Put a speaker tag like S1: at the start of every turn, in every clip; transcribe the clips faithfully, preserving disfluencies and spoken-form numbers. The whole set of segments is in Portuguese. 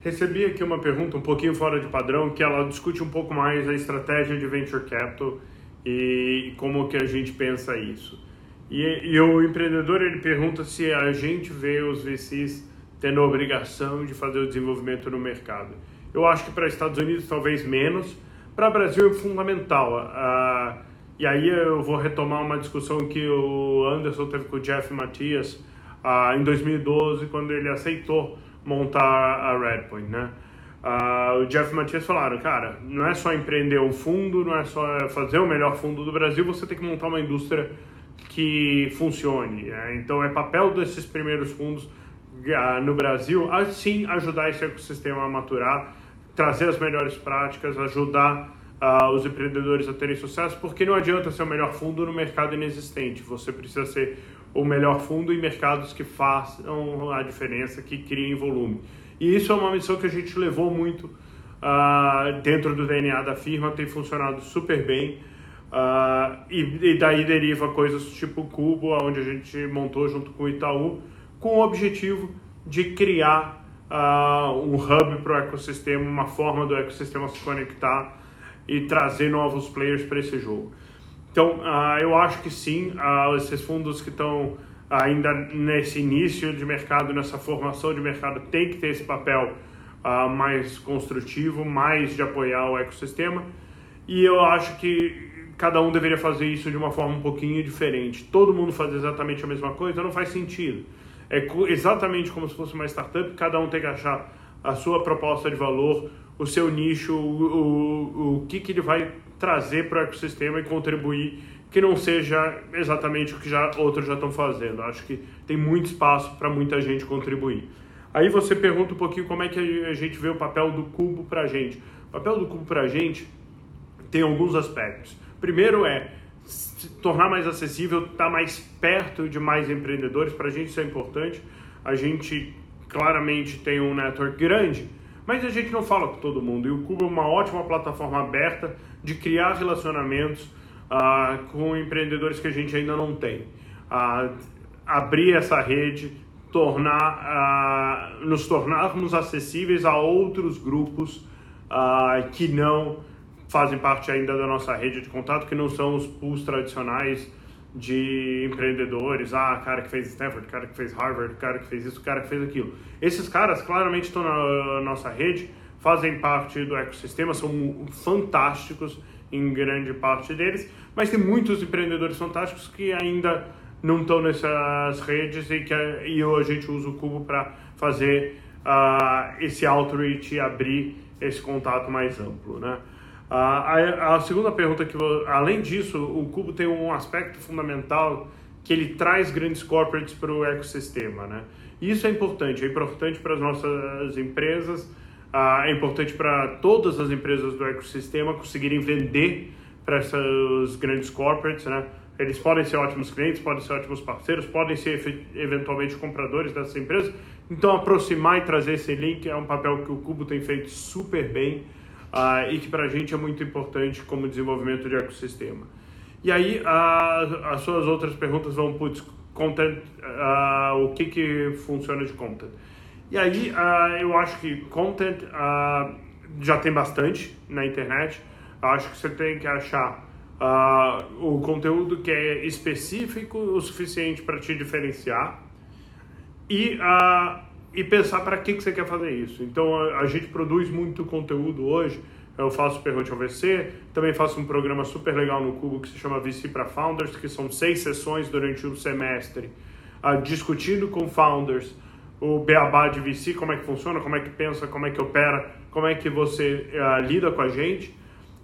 S1: Recebi aqui uma pergunta um pouquinho fora de padrão, que ela discute um pouco mais a estratégia de Venture Capital e como que a gente pensa isso. E, e o empreendedor, ele pergunta se a gente vê os V Cs tendo a obrigação de fazer o desenvolvimento no mercado. Eu acho que para Estados Unidos talvez menos, para o Brasil é fundamental. Ah, e aí eu vou retomar uma discussão que o Anderson teve com o Jeff Matias ah, em dois mil e doze, quando ele aceitou montar a Redpoint, né? Uh, o Jeff Matias falaram, cara, não é só empreender um fundo, não é só fazer o melhor fundo do Brasil, você tem que montar uma indústria que funcione. Né? Então é papel desses primeiros fundos uh, no Brasil, assim, ajudar esse ecossistema a maturar, trazer as melhores práticas, ajudar uh, os empreendedores a terem sucesso, porque não adianta ser o melhor fundo no mercado inexistente, você precisa ser o melhor fundo em mercados que façam a diferença, que criem volume. E isso é uma missão que a gente levou muito uh, dentro do D N A da firma, tem funcionado super bem. Uh, e, e daí deriva coisas tipo o Cubo, onde a gente montou junto com o Itaú, com o objetivo de criar uh, um hub para o ecossistema, uma forma do ecossistema se conectar e trazer novos players para esse jogo. Então, uh, eu acho que sim, uh, esses fundos que estão ainda nesse início de mercado, nessa formação de mercado, tem que ter esse papel uh, mais construtivo, mais de apoiar o ecossistema. E eu acho que cada um deveria fazer isso de uma forma um pouquinho diferente. Todo mundo fazer exatamente a mesma coisa não faz sentido. É exatamente como se fosse uma startup, cada um tem que achar a sua proposta de valor, o seu nicho, o, o, o que, que ele vai trazer para o ecossistema e contribuir, que não seja exatamente o que já, outros já estão fazendo. Acho que tem muito espaço para muita gente contribuir. Aí você pergunta um pouquinho como é que a gente vê o papel do Cubo para a gente. O papel do Cubo para a gente tem alguns aspectos. Primeiro é se tornar mais acessível, estar mais perto de mais empreendedores. Para a gente isso é importante. A gente claramente tem um network grande, mas a gente não fala com todo mundo. E o Cubo é uma ótima plataforma aberta de criar relacionamentos uh, com empreendedores que a gente ainda não tem. Uh, abrir essa rede, tornar, uh, nos tornarmos acessíveis a outros grupos uh, que não fazem parte ainda da nossa rede de contato, que não são os pools tradicionais de empreendedores, ah, cara que fez Stanford, cara que fez Harvard, cara que fez isso, cara que fez aquilo. Esses caras claramente estão na nossa rede, fazem parte do ecossistema, são fantásticos em grande parte deles, mas tem muitos empreendedores fantásticos que ainda não estão nessas redes e que e a gente usa o Cubo para fazer uh, esse outreach e abrir esse contato mais amplo, né? Uh, a, a segunda pergunta, que além disso, o Cubo tem um aspecto fundamental que ele traz grandes corporates para o ecossistema, né? E isso é importante, é importante para as nossas empresas, uh, é importante para todas as empresas do ecossistema conseguirem vender para esses grandes corporates, né? Eles podem ser ótimos clientes, podem ser ótimos parceiros, podem ser eventualmente compradores dessas empresas. Então, aproximar e trazer esse link é um papel que o Cubo tem feito super bem. Uh, e que para a gente é muito importante como desenvolvimento de ecossistema. E aí, uh, as suas outras perguntas vão, putz, content, uh, o que que funciona de content? E aí, uh, eu acho que content uh, já tem bastante na internet. Eu acho que você tem que achar uh, o conteúdo que é específico o suficiente para te diferenciar e uh, e pensar para que, que você quer fazer isso. Então, a, a gente produz muito conteúdo hoje. Eu faço Pergunte ao V C, também faço um programa super legal no Cubo que se chama V C para Founders, que são seis sessões durante um semestre, uh, discutindo com founders o beabá de V C, como é que funciona, como é que pensa, como é que opera, como é que você uh, lida com a gente.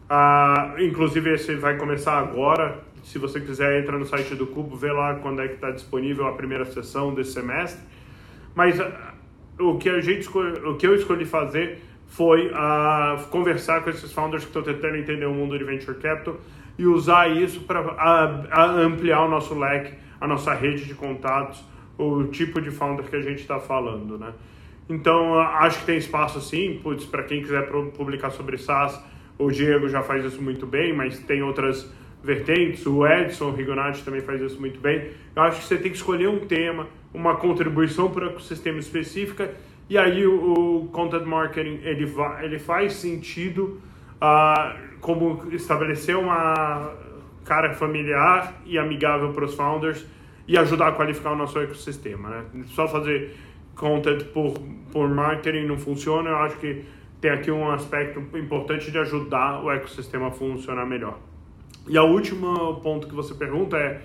S1: Uh, inclusive, esse vai começar agora. Se você quiser, entra no site do Cubo, vê lá quando é que está disponível a primeira sessão desse semestre. Mas uh, o que a gente escolhe, o que eu escolhi fazer foi uh, conversar com esses founders que estão tentando entender o mundo de venture capital e usar isso para uh, ampliar o nosso leque, a nossa rede de contatos, o tipo de founder que a gente está falando, né? Então, uh, acho que tem espaço sim, putz, para quem quiser publicar sobre SaaS, o Diego já faz isso muito bem, mas tem outras vertentes, o Edson Rigonati também faz isso muito bem. Eu acho que você tem que escolher um tema, uma contribuição para o ecossistema específica E aí o, o content marketing ele, va, ele faz sentido uh, como estabelecer uma cara familiar e amigável para os founders e ajudar a qualificar o nosso ecossistema, né? Só fazer content por, por marketing não funciona. Eu acho que tem aqui um aspecto importante de ajudar o ecossistema a funcionar melhor. E a última ponto que você pergunta é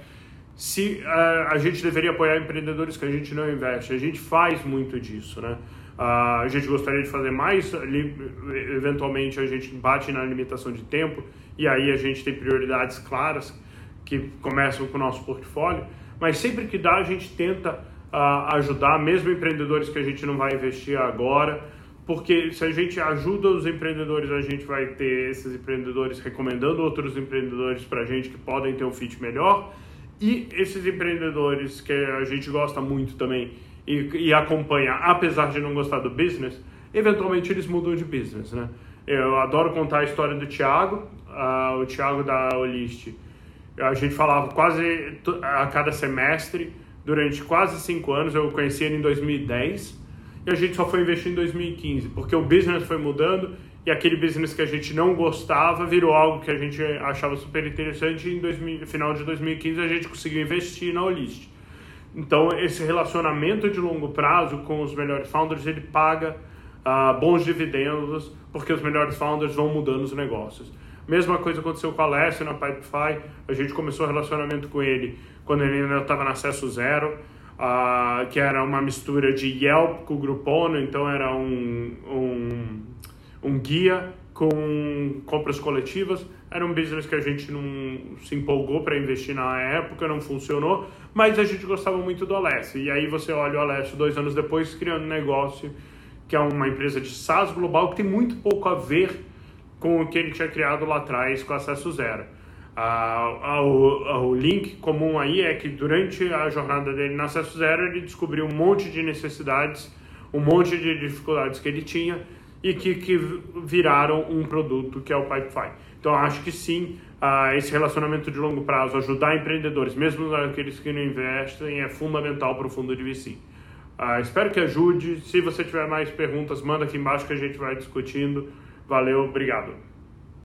S1: se uh, a gente deveria apoiar empreendedores que a gente não investe. A gente faz muito disso, né? Uh, a gente gostaria de fazer mais, ali, eventualmente a gente bate na limitação de tempo e aí a gente tem prioridades claras que começam com o nosso portfólio, mas sempre que dá a gente tenta uh, ajudar, mesmo empreendedores que a gente não vai investir agora, porque se a gente ajuda os empreendedores, a gente vai ter esses empreendedores recomendando outros empreendedores para a gente que podem ter um fit melhor, e esses empreendedores que a gente gosta muito também e, e acompanha, apesar de não gostar do business, eventualmente eles mudam de business, né? Eu adoro contar a história do Thiago, uh, o Thiago da Olist. A gente falava quase a cada semestre, durante quase cinco anos. Eu conheci ele em dois mil e dez e a gente só foi investir em dois mil e quinze, porque o business foi mudando e aquele business que a gente não gostava virou algo que a gente achava super interessante, e no final de dois mil e quinze a gente conseguiu investir na Olist. Então esse relacionamento de longo prazo com os melhores founders, ele paga uh, bons dividendos, porque os melhores founders vão mudando os negócios. Mesma coisa aconteceu com o Alessio na Pipefy. A gente começou o relacionamento com ele quando ele ainda estava na Acesso Zero, uh, que era uma mistura de Yelp com o Groupon, então era um, um, um guia com compras coletivas. Era um business que a gente não se empolgou para investir na época, não funcionou, mas a gente gostava muito do Alessio. E aí você olha o Alessio dois anos depois criando um negócio que é uma empresa de SaaS global que tem muito pouco a ver com o que ele tinha criado lá atrás com Acesso Zero. Ah, ah, o, ah, o link comum aí é que durante a jornada dele na Acesso Zero ele descobriu um monte de necessidades, um monte de dificuldades que ele tinha e que, que viraram um produto que é o Pipefy. Então acho que sim, ah, esse relacionamento de longo prazo, ajudar empreendedores, mesmo aqueles que não investem, é fundamental para o fundo de V C. Ah, espero que ajude. Se você tiver mais perguntas, manda aqui embaixo que a gente vai discutindo. Valeu, obrigado.